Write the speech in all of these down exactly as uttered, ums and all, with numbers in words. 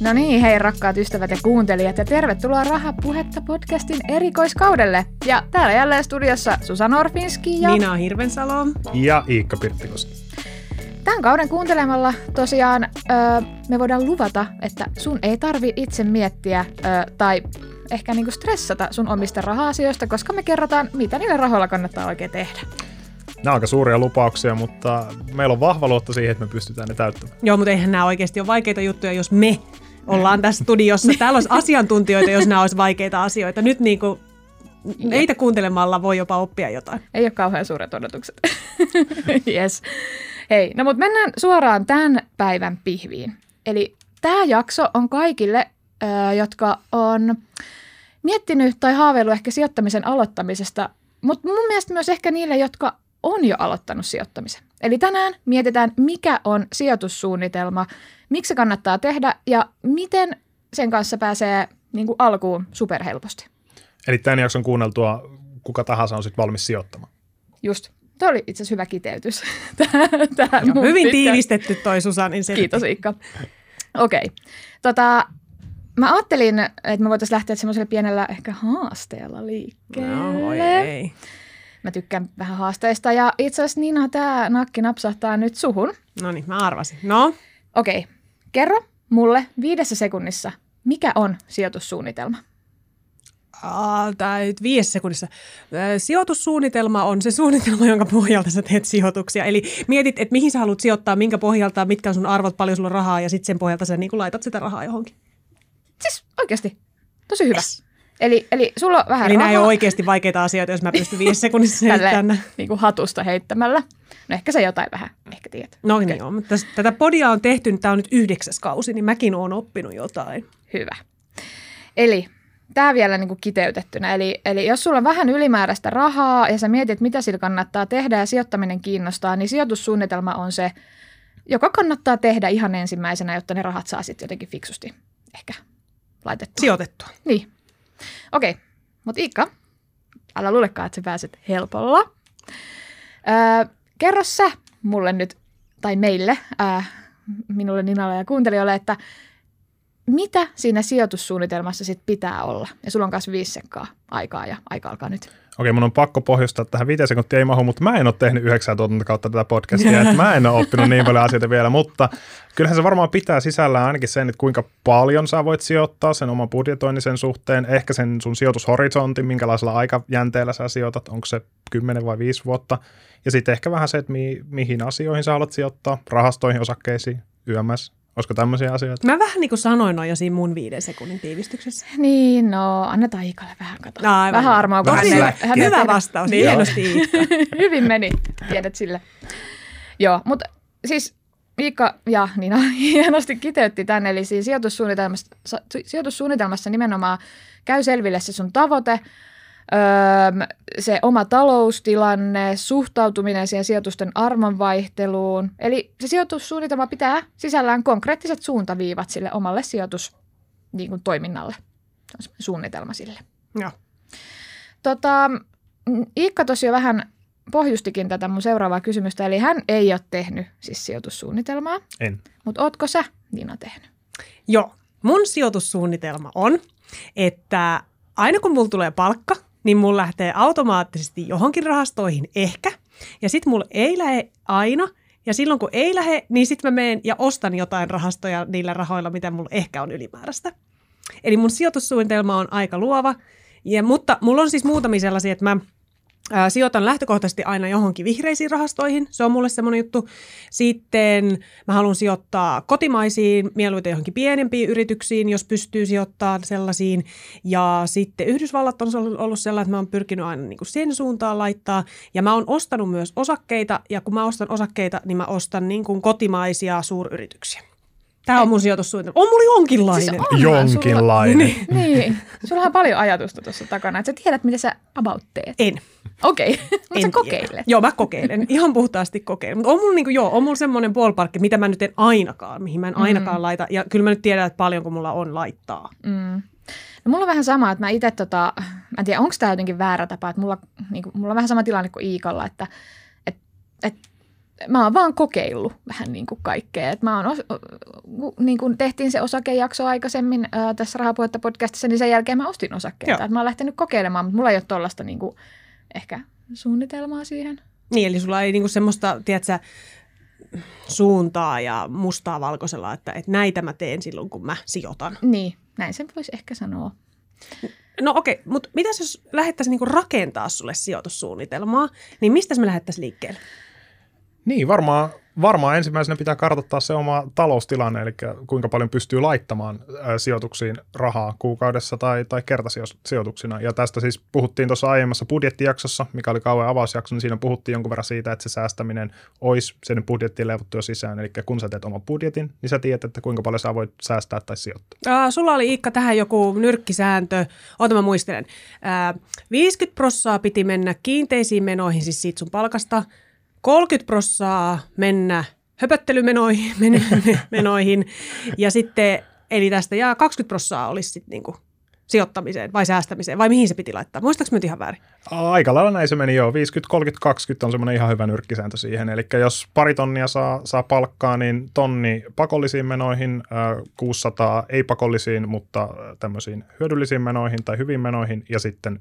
No niin, hei rakkaat ystävät ja kuuntelijat ja tervetuloa Rahapuhetta podcastin erikoiskaudelle. Ja täällä jälleen studiossa Susanna Orfinski ja Nina Hirvensalo ja Iikka Pirttikoski. Tämän kauden kuuntelemalla tosiaan öö, me voidaan luvata, että sun ei tarvi itse miettiä öö, tai ehkä niinku stressata sun omista raha-asioista, koska me kerrotaan, mitä niillä rahoilla kannattaa oikein tehdä. Nämä on aika suuria lupauksia, mutta meillä on vahva luotto siihen, että me pystytään ne täyttämään. Joo, mutta eihän nämä oikeasti ole vaikeita juttuja, jos me ollaan tässä studiossa. Täällä olisi asiantuntijoita, jos nämä olisi vaikeita asioita. Nyt niin kuin meitä kuuntelemalla voi jopa oppia jotain. Ei ole kauhean suuret odotukset. Yes. Hei, no mutta mennään suoraan tämän päivän pihviin. Eli tämä jakso on kaikille, äh, jotka on miettinyt tai haaveillut ehkä sijoittamisen aloittamisesta, mutta mun mielestä myös ehkä niille, jotka on jo aloittanut sijoittamisen. Eli tänään mietitään, mikä on sijoitussuunnitelma, miksi se kannattaa tehdä ja miten sen kanssa pääsee niin kuin alkuun superhelposti. Eli tämän jakson kuunneltua kuka tahansa on sitten valmis sijoittamaan. Just. Tuo oli itse asiassa hyvä kiteytys. Tähän Joo, hyvin pitkä... tiivistetty toi Susanin setti. Kiitos Iikka. Okei. Okay. Tota, mä ajattelin, että me voitaisiin lähteä semmoisella pienellä ehkä haasteella liikkeelle. No, ei. Mä tykkään vähän haasteista ja itse asiassa Nina, tää nakki napsahtaa nyt suhun. No niin, mä arvasin. No? Okei. Okay. Kerro mulle viidessä sekunnissa, mikä on sijoitussuunnitelma? Aa, tää nyt viidessä sekunnissa. Sijoitussuunnitelma on se suunnitelma, jonka pohjalta sä teet sijoituksia. Eli mietit, että mihin sä haluat sijoittaa, minkä pohjalta, mitkä on sun arvot, paljon sulla on rahaa ja sitten sen pohjalta sä niin kuin laitat sitä rahaa johonkin. Siis oikeasti. Tosi hyvä. Yes. Eli, eli sulla on vähän eli rahaa. Nämä ei ole oikeasti vaikeita asioita, jos mä pystyn viidessä sekunnissa selittämään. Niin kuin hatusta heittämällä. No ehkä se jotain vähän, ehkä tiedät. No okay. Niin joo, mutta tätä podia on tehty, tämä on nyt yhdeksäs kausi, niin mäkin olen oppinut jotain. Hyvä. Eli tämä vielä niin kuin kiteytettynä. Eli, eli jos sulla on vähän ylimääräistä rahaa ja sä mietit, mitä sillä kannattaa tehdä ja sijoittaminen kiinnostaa, niin sijoitussuunnitelma on se, joka kannattaa tehdä ihan ensimmäisenä, jotta ne rahat saa sitten jotenkin fiksusti ehkä laitettua. Sijoitettua. Niin. Okei, okay. Mutta Iikka, älä luulekaan, että sä pääset helpolla. Öö, kerro sä mulle nyt, tai meille, ää, minulle, Ninalle ja kuuntelijoille, että mitä siinä sijoitussuunnitelmassa sit pitää olla? Ja sulla on myös viisi sekkaa aikaa ja aika alkaa nyt. Okei, mun on pakko pohjustaa tähän viiteen sekuntia ei mahu, mutta mä en ole tehnyt yhdeksää tuotantokautta tätä podcastia, että mä en ole oppinut niin paljon asioita vielä, mutta kyllähän se varmaan pitää sisällään ainakin sen, että kuinka paljon sä voit sijoittaa sen oman budjetoinnin sen suhteen, ehkä sen sun sijoitushorisontin, minkälaisella aikajänteellä sä sijoitat, onko se kymmenen vai viisi vuotta, ja sitten ehkä vähän se, että mi- mihin asioihin sä haluat sijoittaa, rahastoihin, osakkeisiin, yömässä. Olisiko tämmöisiä asioita? Mä vähän niin kuin sanoin noin jo siinä mun viiden sekunnin tiivistyksessä. Niin, no annetaan Iikalle vähän katsoa. No, aivan. Vähän armoa. Tosi hyvä vastaus. Niin. Hienosti Iikka. Hyvin meni, tiedät sille. Joo, mutta siis Iikka ja Nina hienosti kiteytti tämän. Eli siis sijoitussuunnitelmassa, sijoitussuunnitelmassa nimenomaan käy selville se sun tavoite, Öö, se oma taloustilanne, suhtautuminen siihen sijoitusten arvonvaihteluun. Eli se sijoitussuunnitelma pitää sisällään konkreettiset suuntaviivat sille omalle sijoitustoiminnalle. Se on suunnitelma sille. Joo. Tota, Iikka tosiaan vähän pohjustikin tätä mun seuraavaa kysymystä. Eli hän ei ole tehnyt siis sijoitussuunnitelmaa. En. Mutta ootko sä, Nina, tehnyt? Joo. Mun sijoitussuunnitelma on, että aina kun mulla tulee palkka, niin mulla lähtee automaattisesti johonkin rahastoihin ehkä. Ja sit mulla ei lähde aina. Ja silloin kun ei lähde, niin sit mä menen ja ostan jotain rahastoja niillä rahoilla, mitä mulla ehkä on ylimääräistä. Eli mun sijoitussuunnitelma on aika luova. Ja, mutta mulla on siis muutamia sellaisia, että mä ää, sijoitan lähtökohtaisesti aina johonkin vihreisiin rahastoihin. Se on mulle semmoinen juttu. Sitten mä haluan sijoittaa kotimaisiin, mieluiten johonkin pienempiin yrityksiin, jos pystyy sijoittamaan sellaisiin. Ja sitten Yhdysvallat on ollut sellainen, että mä oon pyrkinyt aina niin kuin sen suuntaan laittaa. Ja mä oon ostanut myös osakkeita, ja kun mä ostan osakkeita, niin mä ostan niin kuin kotimaisia suuryrityksiä. Tämä on mun sijoitussuunnitelma. On mulla jonkinlainen. Siis on, jonkinlainen. Sulla, niin. Sulla on paljon ajatusta tuossa takana, että sä tiedät, mitä sä about teet. En. Okei, okay. Mutta sä kokeilet. Joo, mä kokeilen. Ihan puhtaasti kokeilen. Mutta on mulla, niinku, joo, on mulla semmoinen ballpark, mitä mä nyt en ainakaan, mihin mä en ainakaan mm. laita. Ja kyllä mä nyt tiedän, että paljonko mulla on laittaa. Mm. No mulla on vähän sama, että mä itse, tota, mä en tiedä, onko tämä jotenkin väärä tapa, että mulla, niinku, mulla on vähän sama tilanne kuin Iikalla, että et, et, mä oon vaan kokeillut vähän niin kuin kaikkea. Et mä oon, os, niin kuin tehtiin se osakejakso aikaisemmin ää, tässä Rahapuhetta podcastissa, niin sen jälkeen mä ostin osakkeita. Et mä oon lähtenyt kokeilemaan, mutta mulla ei ole tuollaista niin kuin ehkä suunnitelmaa siihen. Niin, eli sulla ei niin kuin semmoista, tiedätkö, suuntaa ja mustaa valkoisella, että, että näitä mä teen silloin, kun mä sijoitan. Niin, näin sen voisi ehkä sanoa. No okei, okay, mutta mitäs jos lähdettäisiin niinku rakentaa sulle sijoitussuunnitelmaa, niin mistä me lähdettäisiin liikkeelle? Niin, varmaan, varmaan ensimmäisenä pitää kartoittaa se oma taloustilanne, eli kuinka paljon pystyy laittamaan ä, sijoituksiin rahaa kuukaudessa tai, tai kertasijoituksina. Ja tästä siis puhuttiin tuossa aiemmassa budjettijaksossa, mikä oli kauan avausjakso, niin siinä puhuttiin jonkun verran siitä, että se säästäminen olisi sen budjettiin leivottu jo sisään. Eli kun sä teet oman budjetin, niin sä tiedät, että kuinka paljon sä voit säästää tai sijoittaa. Aa, sulla oli, Iikka, tähän joku nyrkkisääntö. Ota mä muistelen. Ää, viisikymmentä prosenttia piti mennä kiinteisiin menoihin, siis siitä sun palkasta. kolmekymmentä prosenttia mennä höpöttelymenoihin menoihin, ja sitten, eli tästä jää kaksikymmentä prosenttia olisi sitten niinku sijoittamiseen vai säästämiseen, vai mihin se piti laittaa? Muistaaks mä nyt ihan väärin? Aika lailla näin se meni joo. viisikymmentä kolmekymmentä kaksikymmentä on semmoinen ihan hyvä nyrkkisääntö siihen. Eli jos pari tonnia saa, saa palkkaa, niin tonni pakollisiin menoihin, kuusisataa ei-pakollisiin, mutta tämmöisiin hyödyllisiin menoihin tai hyviin menoihin, ja sitten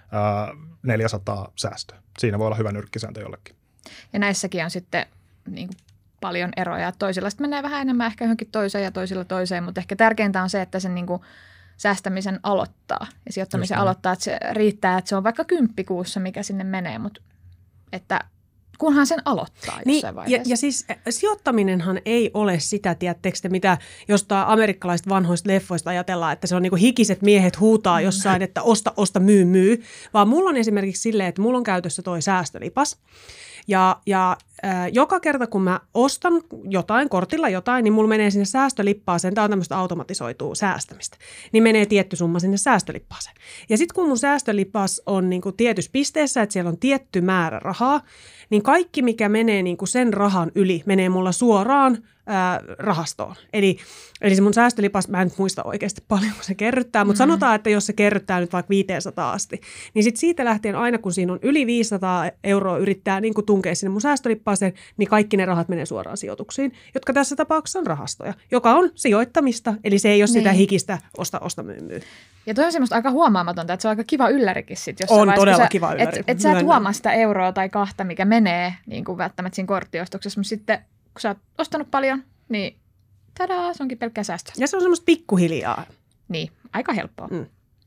neljäsataa säästöä. Siinä voi olla hyvä nyrkkisääntö jollekin. Ja näissäkin on sitten niin kuin paljon eroja. Toisilla sitten menee vähän enemmän ehkä johonkin toiseen ja toisilla toiseen, mutta ehkä tärkeintä on se, että sen niin kuin säästämisen aloittaa ja sijoittamisen aloittaa, että se riittää, että se on vaikka kymppikuussa, mikä sinne menee, mutta että kunhan sen aloittaa jossain niin, vaiheessa. Ja, ja siis sijoittaminenhan ei ole sitä, tiedättekö te, mitä jostain amerikkalaisista vanhoista leffoista ajatellaan, että se on niin kuin hikiset miehet huutaa jossain, että osta, osta, myy, myy, vaan mulla on esimerkiksi silleen, että mulla on käytössä toi säästölipas. Ja, ja äh, joka kerta, kun mä ostan jotain, kortilla jotain, niin mulla menee sinne säästölippaaseen, tämä on tämmöistä automatisoitua säästämistä, niin menee tietty summa sinne säästölippaaseen. Ja sitten kun mun säästölipas on niin kuin tietyssä pisteessä, että siellä on tietty määrä rahaa, niin kaikki, mikä menee niin kuin sen rahan yli, menee mulla suoraan ää, rahastoon. Eli, eli se mun säästölipas, mä en nyt muista oikeasti paljon, kun se kerryttää, mutta mm-hmm. sanotaan, että jos se kerryttää nyt vaikka viisisataa asti, niin sitten siitä lähtien aina, kun siinä on yli viisisataa euroa yrittää niin kuin tunkea sinne mun säästölippaaseen, niin kaikki ne rahat menee suoraan sijoituksiin, jotka tässä tapauksessa on rahastoja, joka on sijoittamista, eli se ei ole niin. sitä hikistä osta, osta, myy, myy. Ja toi on semmoista aika huomaamatonta, että se on aika kiva yllärikin sitten. On vaiheessa, todella kiva ylläri. Että et sä et huomaa sitä euroa tai kahta, mikä menee niin kuin välttämättä siinä korttiostoksessa, mutta sitten kun sä oot ostanut paljon, niin tadaa, se onkin pelkkää säästöä. Ja se on semmoista pikkuhiljaa. Niin, aika helppoa. Mm.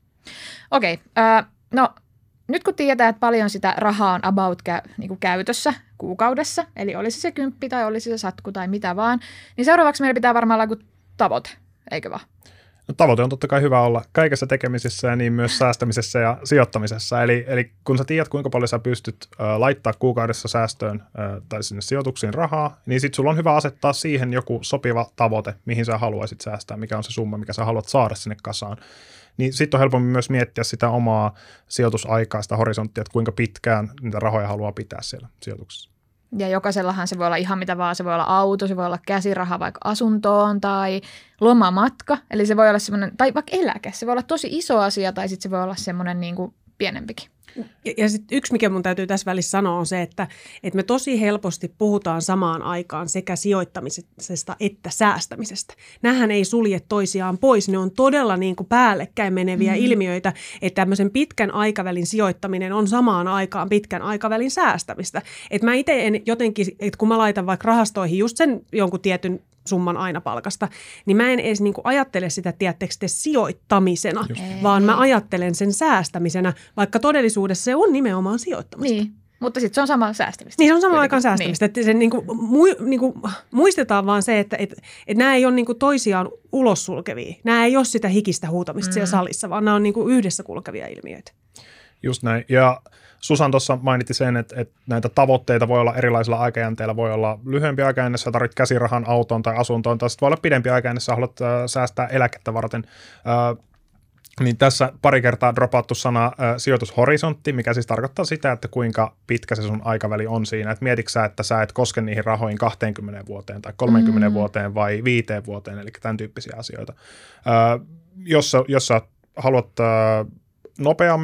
Okei, okay, äh, no nyt kun tiedetään, että paljon sitä rahaa on about kä- niin kuin käytössä kuukaudessa, eli olisi se kymppi tai olisi se satku tai mitä vaan, niin seuraavaksi meillä pitää varmaan olla joku tavoite, eikö vaan? No, tavoite on totta kai hyvä olla kaikessa tekemisessä ja niin myös säästämisessä ja sijoittamisessa. Eli, eli kun sä tiedät, kuinka paljon sä pystyt äh, laittaa kuukaudessa säästöön äh, tai sinne sijoituksiin rahaa, niin sit sulla on hyvä asettaa siihen joku sopiva tavoite, mihin sä haluaisit säästää, mikä on se summa, mikä sä haluat saada sinne kasaan. Niin sitten on helpommin myös miettiä sitä omaa sijoitusaikaa, sitä horisonttia, että kuinka pitkään niitä rahoja haluaa pitää siellä sijoituksessa. Ja jokaisellahan se voi olla ihan mitä vaan, se voi olla auto, se voi olla käsiraha vaikka asuntoon tai lomamatka, eli se voi olla semmoinen, tai vaikka eläke, se voi olla tosi iso asia tai sitten se voi olla semmoinen niin kuin pienempikin. Ja, ja sitten yksi, mikä mun täytyy tässä välissä sanoa, on se, että, että me tosi helposti puhutaan samaan aikaan sekä sijoittamisesta että säästämisestä. Nämähän ei sulje toisiaan pois, ne on todella niin kuin päällekkäin meneviä mm-hmm. ilmiöitä, että tämmöisen pitkän aikavälin sijoittaminen on samaan aikaan pitkän aikavälin säästämistä. Että mä itse en jotenkin, että kun mä laitan vaikka rahastoihin just sen jonkun tietyn summan aina palkasta, niin mä en edes niin kuin ajattele sitä, tiedättekö te, sijoittamisena, just. vaan mä ajattelen sen säästämisenä, vaikka todellisuudessa se on nimenomaan sijoittamista. Niin, mutta sitten se on sama säästämistä. Niin, se on sama aikaan säästämistä. Niin. Että sen niin kuin, mu, niin kuin, muistetaan vaan se, että et, et nämä ei ole niin kuin toisiaan ulos sulkevia. Nämä ei ole sitä hikistä huutamista mm. siellä salissa, vaan nämä on niin kuin yhdessä kulkevia ilmiöitä. Just näin. Ja Susan tuossa mainitti sen, että, että näitä tavoitteita voi olla erilaisilla aikajänteillä. Voi olla lyhyempi aikajänne, sä tarvitset käsirahan autoon tai asuntoon, tai sitten voi olla pidempi aikajänne, sä haluat äh, säästää eläkettä varten. Äh, niin tässä pari kertaa dropattu sana äh, sijoitushorisontti, mikä siis tarkoittaa sitä, että kuinka pitkä se sun aikaväli on siinä. Että mietitkö sä, että sä et koske niihin rahoihin kaksikymmentä vuoteen tai kolmekymmentä mm. vuoteen vai viiteen vuoteen, eli tämän tyyppisiä asioita. Äh, jos, jos sä haluat äh, nopeammin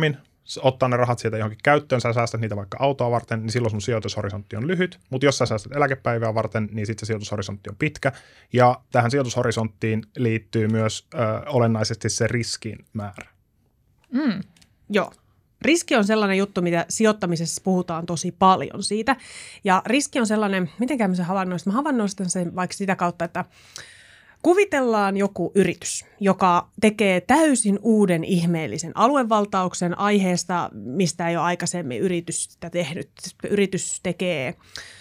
ottaa ne rahat sieltä johonkin käyttöön, sä säästät niitä vaikka autoa varten, niin silloin sun sijoitushorisontti on lyhyt, mutta jos sä säästät eläkepäivää varten, niin sitten se sijoitushorisontti on pitkä, ja tähän sijoitushorisonttiin liittyy myös ö, olennaisesti se riskin määrä. Mm. Joo. Riski on sellainen juttu, mitä sijoittamisessa puhutaan tosi paljon siitä, ja riski on sellainen, mitenkään mä sen havainnoistan, mä havainnoistan sen vaikka sitä kautta, että kuvitellaan joku yritys, joka tekee täysin uuden ihmeellisen aluevaltauksen aiheesta, mistä ei ole aikaisemmin yritystä tehnyt. Yritys tekee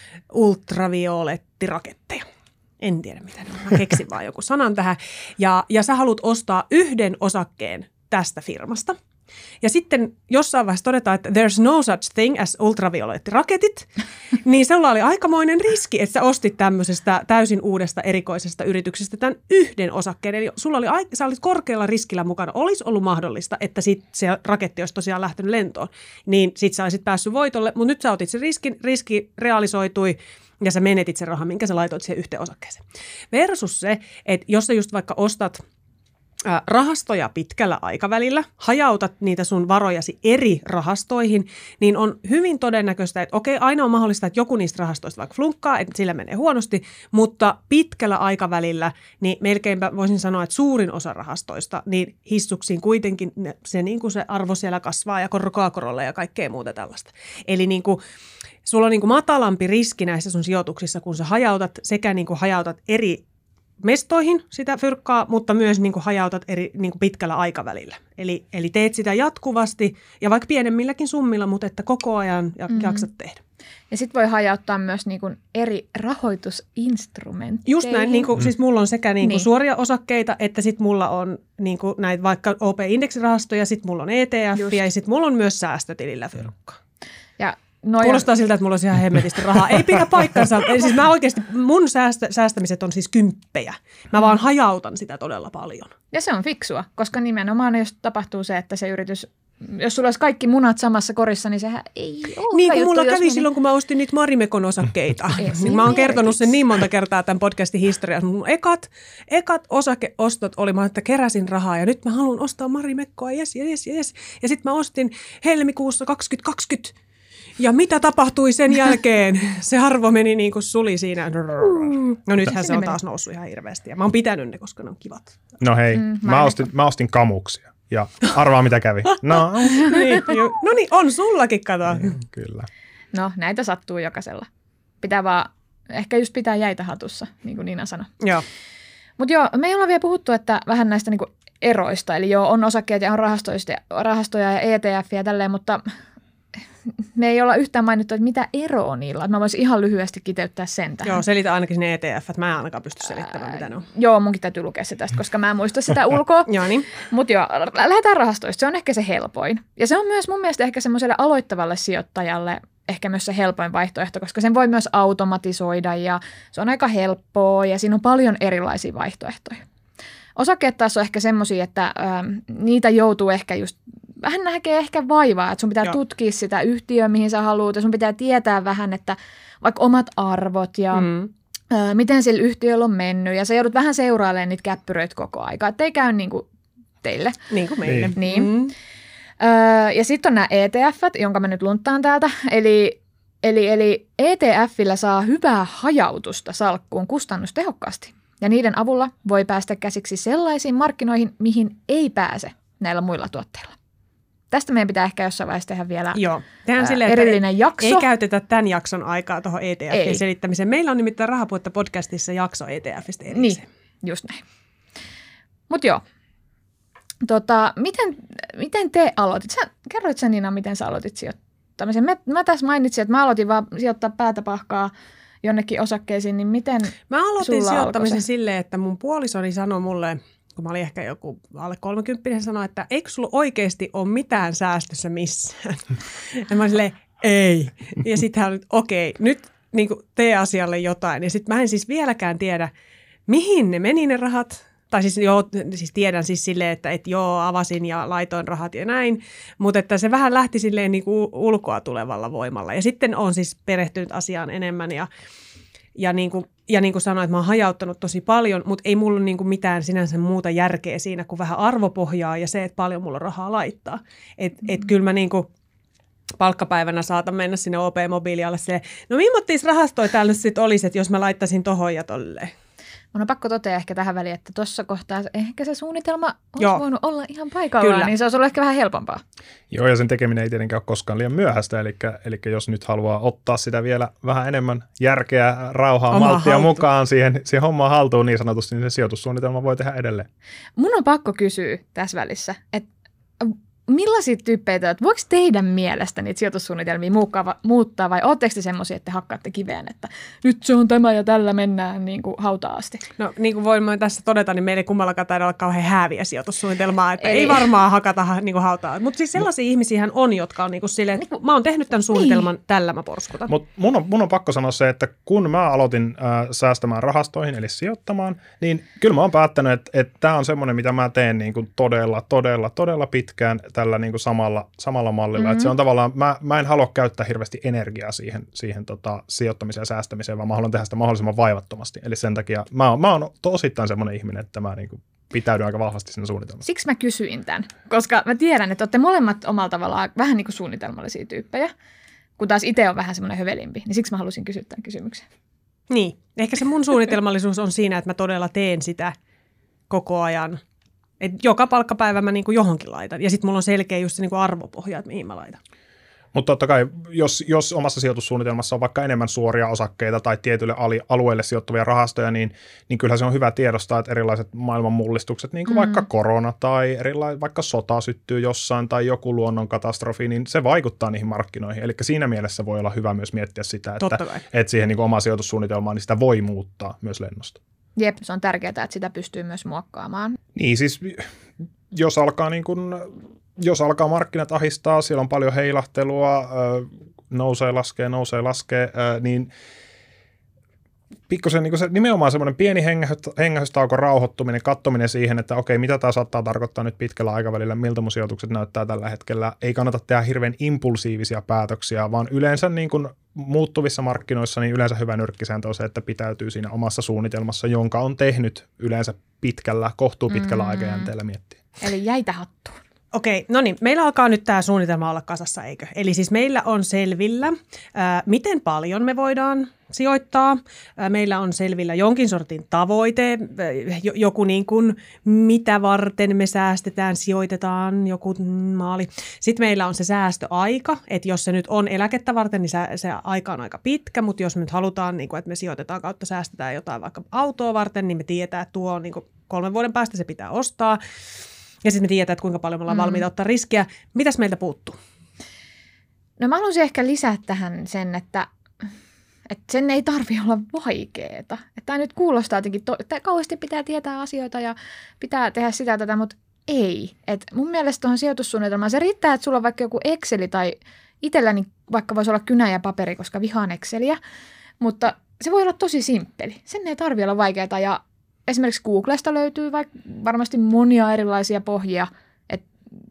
ultraviolettiraketteja. En tiedä mitä ne on. Mä keksin vaan joku sanan tähän. Ja, ja sä haluat ostaa yhden osakkeen tästä firmasta. Ja sitten jossain vaiheessa todetaan, että there's no such thing as ultraviolettiraketit, niin sellainen oli aikamoinen riski, että sä ostit tämmöisestä täysin uudesta erikoisesta yrityksestä tämän yhden osakkeen. Eli sulla oli, sä olit korkealla riskillä mukana. Olisi ollut mahdollista, että sit se raketti olisi tosiaan lähtenyt lentoon, niin sit sä olisit päässyt voitolle, mutta nyt sä otit sen riskin, riski realisoitui ja sä menetit sen rahan, minkä sä laitoit siihen yhteen osakkeeseen. Versus se, että jos sä just vaikka ostat rahastoja pitkällä aikavälillä, hajautat niitä sun varojasi eri rahastoihin, niin on hyvin todennäköistä, että okei, aina on mahdollista, että joku niistä rahastoista vaikka flunkkaa, että sillä menee huonosti, mutta pitkällä aikavälillä, niin melkeinpä voisin sanoa, että suurin osa rahastoista, niin hissuksiin kuitenkin se, niin kuin se arvo siellä kasvaa ja korkoa korolle ja kaikkea muuta tällaista. Eli niin kuin, sulla on niin kuin matalampi riski näissä sun sijoituksissa, kun sä hajautat sekä niin kuin hajautat eri mestoihin sitä fyrkkaa, mutta myös niin kuin hajautat eri, niin kuin pitkällä aikavälillä. Eli, eli teet sitä jatkuvasti ja vaikka pienemmilläkin summilla, mutta että koko ajan mm-hmm. jaksat tehdä. Ja sitten voi hajauttaa myös niin kuin eri rahoitusinstrumentteihin. Just näin, niin kuin, mm. siis mulla on sekä niin kuin niin. suoria osakkeita, että sitten mulla on niin kuin näitä vaikka O P-indeksirahastoja, sitten mulla on E T F ja sitten mulla on myös säästötilillä fyrkkaa. Ja Noja. Kuulostaa siltä, että mulla olisi ihan hemmetisti rahaa. Ei pidä paikkansa. Eli siis mä oikeasti, mun säästä, säästämiset on siis kymppejä. Mä vaan hajautan sitä todella paljon. Ja se on fiksua, koska nimenomaan jos tapahtuu se, että se yritys, jos sulla olisi kaikki munat samassa korissa, niin sehän ei ole. Niin kuin mulla kävi meni... silloin, kun mä ostin niitä Marimekon osakkeita. Niin mä oon kertonut sen niin monta kertaa tämän podcastin historiassa. Mun ekat, ekat osakeostot oli, mä että keräsin rahaa ja nyt mä haluan ostaa Marimekkoa, jes, jes, jes. Ja sitten mä ostin helmikuussa kaksituhattakaksikymmentä. Ja mitä tapahtui sen jälkeen? Se arvo meni niin kuin suli siinä. No nythän se on taas noussut ihan hirveästi. Ja mä oon pitänyt ne, koska ne on kivat. No hei, mm, mä, ostin, mä ostin kamuksia. Ja arvaa mitä kävi. No niin, no niin, on sullakin, kato. Niin, kyllä. No näitä sattuu jokaisella. Pitää vaan ehkä just pitää jäitä hatussa, niin kuin Niina sanoi. Joo. Mutta joo, me ei olla vielä puhuttu, että vähän näistä niinku eroista. Eli joo, on osakkeet ja on rahastoja ja E T F ja tälleen, mutta me ei olla yhtään mainittu, että mitä eroa niillä on. Mä voisin ihan lyhyesti kiteyttää sen tähän. Joo, selitä ainakin sinne E T F, että mä en ainakaan pysty selittämään, mitä ne on. Joo, munkin täytyy lukea se tästä, koska mä en muista sitä ulkoa. Joo, niin. Mutta joo, lähdetään rahastoista. Se on ehkä se helpoin. Ja se on myös mun mielestä ehkä semmoiselle aloittavalle sijoittajalle ehkä myös se helpoin vaihtoehto, koska sen voi myös automatisoida ja se on aika helppoa ja siinä on paljon erilaisia vaihtoehtoja. Osakkeet taas on ehkä semmoisia, että ähm, niitä joutuu ehkä just vähän näkee ehkä vaivaa, että sun pitää Joo. tutkia sitä yhtiöä, mihin sä haluat, ja sun pitää tietää vähän, että vaikka omat arvot ja mm. ö, miten sillä yhtiöllä on mennyt, ja sä joudut vähän seurailemaan niitä käppyröitä koko aika, ettei käy niin kuin teille. Niin kuin meille. Niin. Mm. Ö, ja sitten on nämä E T F:t, jonka mä nyt lunttaan täältä, eli, eli, eli E T F:llä saa hyvää hajautusta salkkuun kustannustehokkaasti, ja niiden avulla voi päästä käsiksi sellaisiin markkinoihin, mihin ei pääse näillä muilla tuotteilla. Tästä meidän pitää ehkä jossain vaiheessa tehdä vielä Joo. Tehdään ää, silleen, erillinen ei, jakso. Ei käytetä tämän jakson aikaa tuohon E T F:n selittämiseen. Meillä on nimittäin Rahapuhetta podcastissa jakso E T F:stä erikseen. Niin, just näin. Mutta joo, tota, miten, miten te aloitit? Sä, kerroit sä Niina, miten sä aloitit sijoittamisen? Mä, mä tässä mainitsin, että mä aloitin vaan sijoittaa päätä pahkaa jonnekin osakkeisiin, niin miten Mä aloitin sulla sijoittamisen silleen, että mun puolisoni sanoi mulle, kun mä olin ehkä joku alle kolmekymppinen, sanoi, että eikö sulla oikeasti ole mitään säästössä missään? Ja mä olin silleen, ei. Ja sitten hän oli, okei, okay, nyt niin kuin tee asialle jotain. Ja sitten mä en siis vieläkään tiedä, mihin ne meni ne rahat. Tai siis, joo, siis tiedän siis silleen, että et joo, avasin ja laitoin rahat ja näin. Mutta että se vähän lähti silleen niin kuin ulkoa tulevalla voimalla. Ja sitten on siis perehtynyt asiaan enemmän ja ja niin kuin, ja niin kuin sanoin, että mä oon hajauttanut tosi paljon, mutta ei mulla ole niin kuin mitään sinänsä muuta järkeä siinä kuin vähän arvopohjaa ja se, että paljon mulla on rahaa laittaa. Että mm-hmm. et kyllä mä niin kuin palkkapäivänä saatan mennä sinne O P-mobiilialle silleen, no millaisia rahastoja täällä nyt sitten olisi, että jos mä laittaisin tohon ja tolleen. Mun on pakko totea ehkä tähän väliin, että tuossa kohtaa ehkä se suunnitelma olisi Joo. voinut olla ihan paikallaan, Kyllä. niin se olisi ollut ehkä vähän helpompaa. Joo, ja sen tekeminen ei tietenkään ole koskaan liian myöhäistä, eli, eli jos nyt haluaa ottaa sitä vielä vähän enemmän järkeä, rauhaa, Oma malttia haltu. mukaan siihen, siihen hommaan haltuun niin sanotusti, niin se sijoitussuunnitelma voi tehdä edelleen. Mun on pakko kysyä tässä välissä, että millaisia tyyppejä te, voiko teidän mielestä niitä sijoitussuunnitelmia muuttaa vai ootteko te semmoisia, että te hakkaatte kiveen, että nyt se on tämä ja tällä mennään niin kuin hautaan asti? No niin kuin voimme tässä todeta, niin meillä ei kummallakaan taida olla kauhean hääviä sijoitussuunnitelmaa, että ei, ei varmaan hakata niin kuin hautaan. Mutta siis sellaisia no. ihmisiä on, jotka on niin kuin silleen, että mä oon tehnyt tämän suunnitelman, niin. tällä mä porskutan. Mutta mun on, mun on pakko sanoa se, että kun mä aloitin äh, säästämään rahastoihin, eli sijoittamaan, niin kyllä mä oon päättänyt, että, että tämä on semmoinen, mitä mä teen niin kuin todella, todella, todella pitkään tällä niin kuin samalla, samalla mallilla. Mm-hmm. Että se on tavallaan, mä, mä en halua käyttää hirveästi energiaa siihen, siihen tota, sijoittamiseen ja säästämiseen, vaan mä haluan tehdä sitä mahdollisimman vaivattomasti. Eli sen takia mä oon, mä oon osittain semmoinen ihminen, että mä niin kuin pitäydyn aika vahvasti siinä suunnitelmassa. Siksi mä kysyin tämän, koska mä tiedän, että olette molemmat omalla tavallaan vähän niin kuin suunnitelmallisia tyyppejä, kun taas itse on vähän semmoinen hövelimpi, niin siksi mä halusin kysyä tämän kysymyksen. Niin, ehkä se mun suunnitelmallisuus on siinä, että mä todella teen sitä koko ajan. Et joka palkkapäivä mä niinku johonkin laitan. Ja sitten mulla on selkeä just se niinku arvopohja, että mihin mä laitan. Mutta totta kai, jos, jos omassa sijoitussuunnitelmassa on vaikka enemmän suoria osakkeita tai tietyille alueille sijoittuvia rahastoja, niin, niin kyllähän se on hyvä tiedostaa, että erilaiset maailman mullistukset, niin kuin mm. vaikka korona tai erilaiset, vaikka sota syttyy jossain tai joku luonnonkatastrofi, niin se vaikuttaa niihin markkinoihin. Eli siinä mielessä voi olla hyvä myös miettiä sitä, että, että siihen niin omaan sijoitussuunnitelmaan niin sitä voi muuttaa myös lennosta. Jep, se on tärkeää, että sitä pystyy myös muokkaamaan. Niin siis, jos alkaa, niin kun, jos alkaa markkinat ahistaa, siellä on paljon heilahtelua, nousee, laskee, nousee, laskee, niin pikkusen niin se nimenomaan semmoinen pieni hengähystauko, rauhoittuminen, katsominen siihen, että okei, mitä tämä saattaa tarkoittaa nyt pitkällä aikavälillä, miltä mun sijoitukset näyttää tällä hetkellä. Ei kannata tehdä hirveän impulsiivisia päätöksiä, vaan yleensä niin kuin muuttuvissa markkinoissa niin yleensä hyvä nyrkkisääntö on se, että pitäytyy siinä omassa suunnitelmassa, jonka on tehnyt yleensä pitkällä, kohtuu pitkällä mm. aikajänteellä miettiä. Eli jäitä hattuun. Okei, no niin, meillä alkaa nyt tämä suunnitelma olla kasassa, eikö? Eli siis meillä on selvillä, ää, miten paljon me voidaan sijoittaa. Ää, meillä on selvillä jonkin sortin tavoite, ää, joku niin kuin mitä varten me säästetään, sijoitetaan, joku maali. Sitten meillä on se säästöaika, että jos se nyt on eläkettä varten, niin se, se aika on aika pitkä, mutta jos me nyt halutaan, niin kuin, että me sijoitetaan kautta säästetään jotain vaikka autoa varten, niin me tiedetään, että tuo on niin kuin kolmen vuoden päästä se pitää ostaa. Ja sitten me tiedetään, että kuinka paljon me ollaan mm. valmiita ottaa riskiä. Mitäs meiltä puuttuu? No mä haluaisin ehkä lisätä tähän sen, että, että sen ei tarvitse olla vaikeeta. Että tämä nyt kuulostaa jotenkin, to- että kauheasti pitää tietää asioita ja pitää tehdä sitä tätä, mutta ei. Et mun mielestä tuohon sijoitussuunnitelmaan se riittää, että sulla on vaikka joku Exceli tai itselläni vaikka voisi olla kynä ja paperi, koska vihaan Exceliä. Mutta se voi olla tosi simppeli. Sen ei tarvitse olla vaikeaa ja esimerkiksi Googlesta löytyy vaikka varmasti monia erilaisia pohjia, että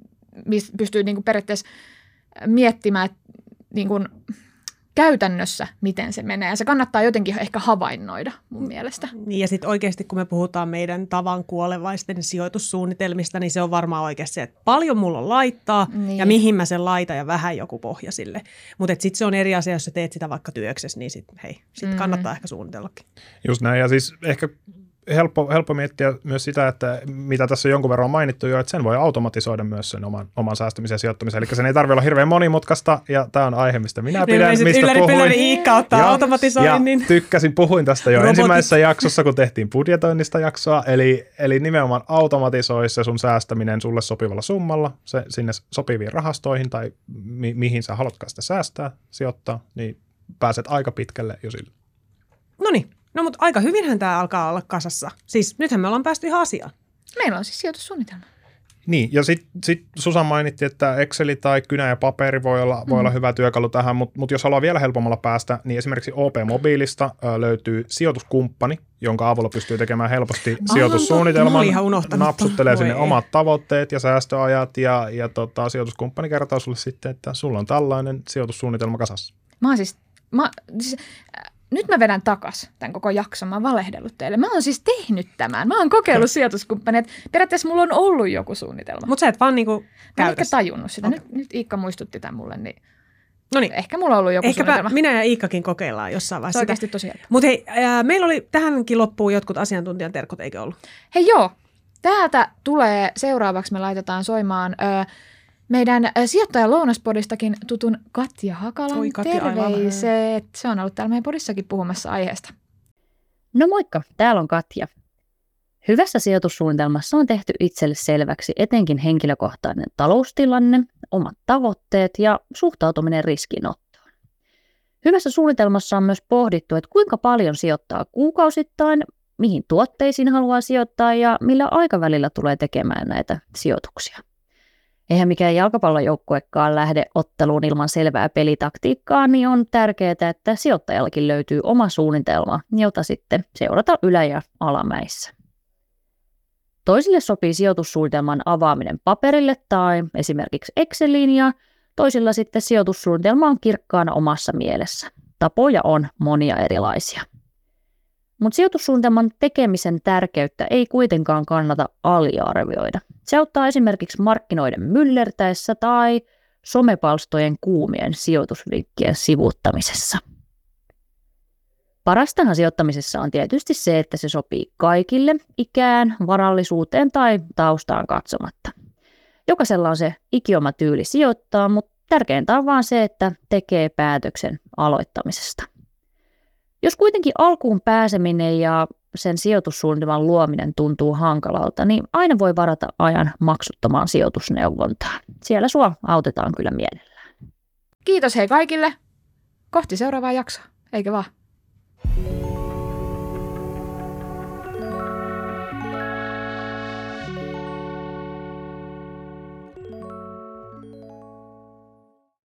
pystyy niinku periaatteessa miettimään että niinku käytännössä, miten se menee. Ja se kannattaa jotenkin ehkä havainnoida mun mielestä. Niin ja sitten oikeasti, kun me puhutaan meidän tavan kuolevaisten sijoitussuunnitelmista, niin se on varmaan oikeasti se, että paljon mulla on laittaa niin. ja mihin mä sen laitan ja vähän joku pohja sille. Mutta sitten se on eri asia, jos sä teet sitä vaikka työksessä, niin sitten hei, sit mm. kannattaa ehkä suunnitellakin. Just näin ja siis ehkä Helppo, helppo miettiä myös sitä, että mitä tässä on jonkun verran mainittu jo, että sen voi automatisoida myös sen oman, oman säästämisen ja sijoittamisen. Eli sen ei tarvitse olla hirveän monimutkaista, ja tämä on aihe, mistä minä pidän, niin, mistä ylläri, puhuin. Iikka ottaa automatisoinnin. Ja tykkäsin, puhuin tästä jo Robotit. ensimmäisessä jaksossa, kun tehtiin budjetoinnista jaksoa. Eli, eli nimenomaan automatisoi se sun säästäminen sulle sopivalla summalla, se, sinne sopiviin rahastoihin tai mi, mihin sä haluatkaan sitä säästää, sijoittaa, niin pääset aika pitkälle jo sille. Noniin. No mutta aika hyvinhän tämä alkaa olla kasassa. Siis nythän me ollaan päästy ihan asiaan. Meillä on siis sijoitussuunnitelma. Niin, ja sitten sit Susan mainitti, että Exceli tai kynä ja paperi voi olla, mm. voi olla hyvä työkalu tähän, mutta mut jos haluaa vielä helpommalla päästä, niin esimerkiksi O P-mobiilista ö, löytyy sijoituskumppani, jonka avulla pystyy tekemään helposti Aivan, sijoitussuunnitelman, napsuttelee sinne Voi omat ei. tavoitteet ja säästöajat, ja, ja tota, sijoituskumppani kertoo sulle sitten, että sulla on tällainen sijoitussuunnitelma kasassa. Mä oon siis, mä, siis nyt mä vedän takas tämän koko jakson. Mä oon valehdellut teille. Mä oon siis tehnyt tämän. Mä oon kokeillut sijoituskumppaneet. Periaatteessa mulla on ollut joku suunnitelma. Mutta sä et vaan niinku Mä en ehkä tajunnut sitä. Okay. Nyt, nyt Iikka muistutti tämän mulle, niin Noniin. Ehkä mulla on ollut joku Ehkäpä suunnitelma. minä ja Iikkakin kokeillaan jossain vaiheessa. Se on oikeasti tosi helppo. Mutta hei, ää, meillä oli tähänkin loppuun jotkut asiantuntijan terkut, eikö ollut? Hei joo, täältä tulee seuraavaksi, me laitetaan soimaan ö, meidän ö, sijoittajan lounaspodistakin tutun Katja Hakalan Oi, Katja, terveiset. Se on ollut täällä meidän podissakin puhumassa aiheesta. No moikka, täällä on Katja. Hyvässä sijoitussuunnitelmassa on tehty itselle selväksi etenkin henkilökohtainen taloustilanne, omat tavoitteet ja suhtautuminen riskinottoon. Hyvässä suunnitelmassa on myös pohdittu, että kuinka paljon sijoittaa kuukausittain, mihin tuotteisiin haluaa sijoittaa ja millä aikavälillä tulee tekemään näitä sijoituksia. Eihän mikään jalkapallojoukkuekaan lähde otteluun ilman selvää pelitaktiikkaa, niin on tärkeää, että sijoittajallakin löytyy oma suunnitelma, jota sitten seurata ylä- ja alamäissä. Toisille sopii sijoitussuunnitelman avaaminen paperille tai esimerkiksi Exceliin ja toisilla sitten sijoitussuunnitelma on kirkkaana omassa mielessä. Tapoja on monia erilaisia. Mutta sijoitussuunnitelman tekemisen tärkeyttä ei kuitenkaan kannata aliarvioida. Se auttaa esimerkiksi markkinoiden myllertäessä tai somepalstojen kuumien sijoitusvinkkien sivuuttamisessa. Parastahan sijoittamisessa on tietysti se, että se sopii kaikille ikään, varallisuuteen tai taustaan katsomatta. Jokaisella on se ikioma tyyli sijoittaa, mutta tärkeintä on vaan se, että tekee päätöksen aloittamisesta. Jos kuitenkin alkuun pääseminen ja sen sijoitussuunnitelman luominen tuntuu hankalalta, niin aina voi varata ajan maksuttomaan sijoitusneuvontaan. Siellä sua autetaan kyllä mielellään. Kiitos hei kaikille. Kohti seuraavaa jaksoa, eikö vaan?